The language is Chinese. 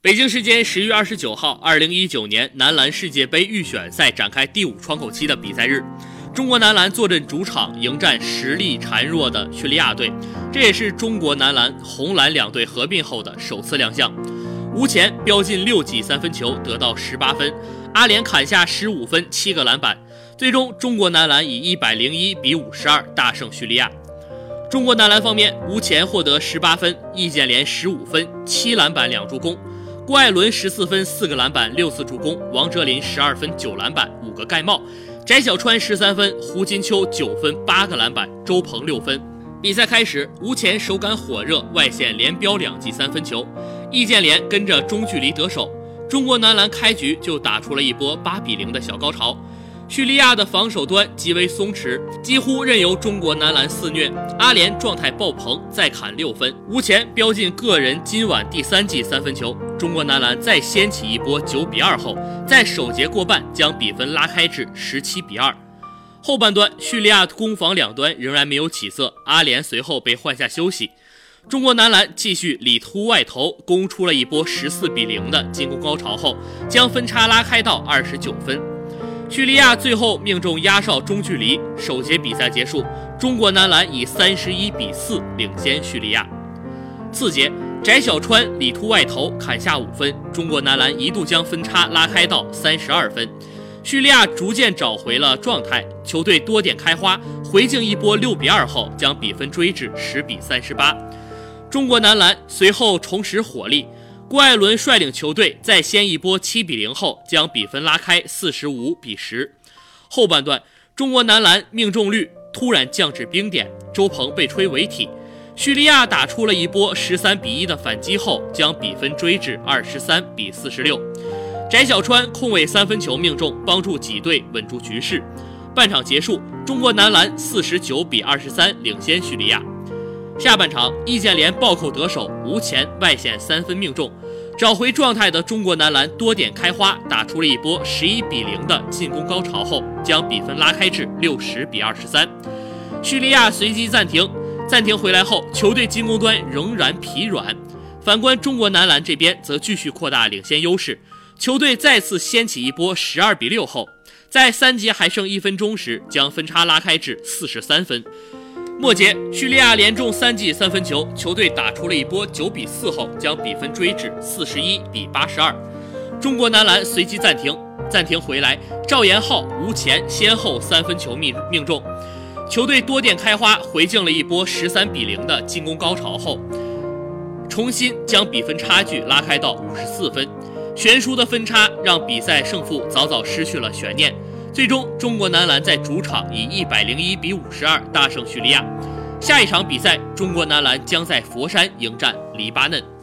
北京时间10月29号，2019年男篮世界杯预选赛展开第5窗口期的比赛日，中国男篮坐镇主场迎战实力孱弱的叙利亚队，这也是中国男篮、红蓝两队合并后的首次亮相。吴前飙进6记3分球，得到18分，阿联砍下15分，7个篮板，最终中国男篮以101比52大胜叙利亚。中国男篮方面，吴前获得18分，易建联15分，7篮板2助攻，郭艾伦14分4个篮板6次助攻，王哲林12分9篮板5个盖帽，翟小川13分，胡金秋9分8个篮板，周鹏6分。比赛开始，吴前手感火热，外线连飙2记3分球，易建联跟着中距离得手，中国男篮开局就打出了一波8比0的小高潮。叙利亚的防守端极为松弛，几乎任由中国男篮肆虐。阿联状态爆棚，再砍6分。吴前飙进个人今晚第3记3分球，中国男篮再掀起一波9比2后，在首节过半将比分拉开至17比2。后半段，叙利亚攻防两端仍然没有起色，阿联随后被换下休息。中国男篮继续里突外投，攻出了一波14比0的进攻高潮后，将分差拉开到29分。叙利亚最后命中压哨中距离，首节比赛结束，中国男篮以31比4领先叙利亚。次节，翟小川里突外投砍下5分，中国男篮一度将分差拉开到32分。叙利亚逐渐找回了状态，球队多点开花，回敬一波6比2后，将比分追至10比38。中国男篮随后重拾火力，郭艾伦率领球队再掀一波7比0后，将比分拉开45比10。后半段，中国男篮命中率突然降至冰点，周鹏被吹违体，叙利亚打出了一波13比1的反击后，将比分追至23比46。翟小川空位3分球命中，帮助己队稳住局势。半场结束，中国男篮49比23领先叙利亚。下半场，易建联暴扣得手，吴前外线3分命中，找回状态的中国男篮多点开花，打出了一波11比0的进攻高潮后，将比分拉开至60比23。叙利亚随即暂停回来后，球队进攻端仍然疲软。反观中国男篮这边则继续扩大领先优势，球队再次掀起一波12比6后，在3节还剩1分钟时，将分差拉开至43分。末节，叙利亚连中3记3分球，球队打出了一波9比4后，将比分追至41比82。中国男篮随即暂停回来，赵延浩、吴前先后3分球命中，球队多点开花，回敬了一波13比0的进攻高潮后，重新将比分差距拉开到54分。悬殊的分差让比赛胜负早早失去了悬念。最终，中国男篮在主场以101比52大胜叙利亚。下一场比赛，中国男篮将在佛山迎战黎巴嫩。